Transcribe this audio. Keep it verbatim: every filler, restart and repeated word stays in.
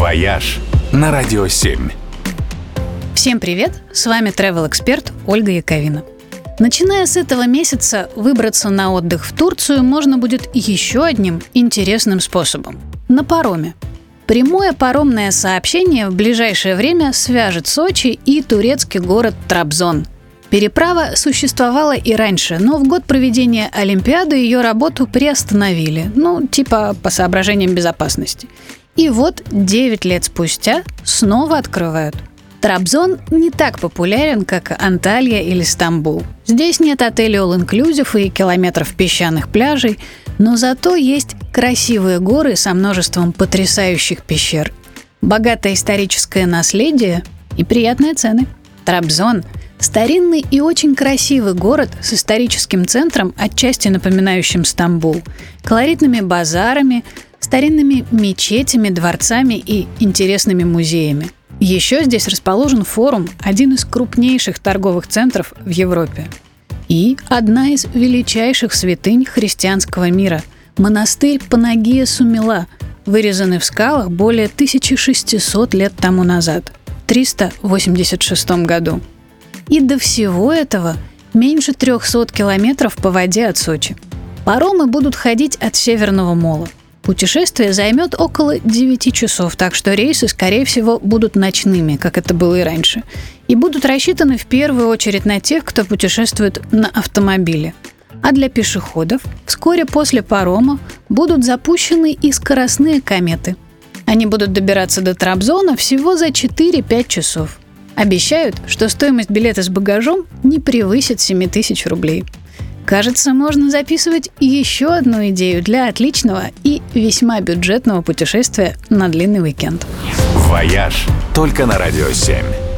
«Вояж» на Радио семь. Всем привет! С вами travel-эксперт Ольга Яковина. Начиная с этого месяца выбраться на отдых в Турцию можно будет еще одним интересным способом – на пароме. Прямое паромное сообщение в ближайшее время свяжет Сочи и турецкий город Трабзон. Переправа существовала и раньше, но в год проведения Олимпиады ее работу приостановили, ну, типа по соображениям безопасности. И вот девять лет спустя снова открывают. Трабзон не так популярен, как Анталья или Стамбул. Здесь нет отелей all-inclusive и километров песчаных пляжей, но зато есть красивые горы со множеством потрясающих пещер, богатое историческое наследие и приятные цены. Трабзон – старинный и очень красивый город с историческим центром, отчасти напоминающим Стамбул, колоритными базарами, старинными мечетями, дворцами и интересными музеями. Еще здесь расположен форум, один из крупнейших торговых центров в Европе. И одна из величайших святынь христианского мира – монастырь Панагия Сумила, вырезанный в скалах более тысяча шестьсот лет тому назад, в триста восемьдесят шестом году. И до всего этого меньше трехсот километров по воде от Сочи. Паромы будут ходить от Северного мола. Путешествие займет около девяти часов, так что рейсы, скорее всего, будут ночными, как это было и раньше, и будут рассчитаны в первую очередь на тех, кто путешествует на автомобиле. А для пешеходов вскоре после парома будут запущены и скоростные кометы. Они будут добираться до Трабзона всего за четыре-пять часов. Обещают, что стоимость билета с багажом не превысит семь тысяч рублей. Кажется, можно записывать еще одну идею для отличного и весьма бюджетного путешествия на длинный уикенд. «Вояж» только на Радио семь.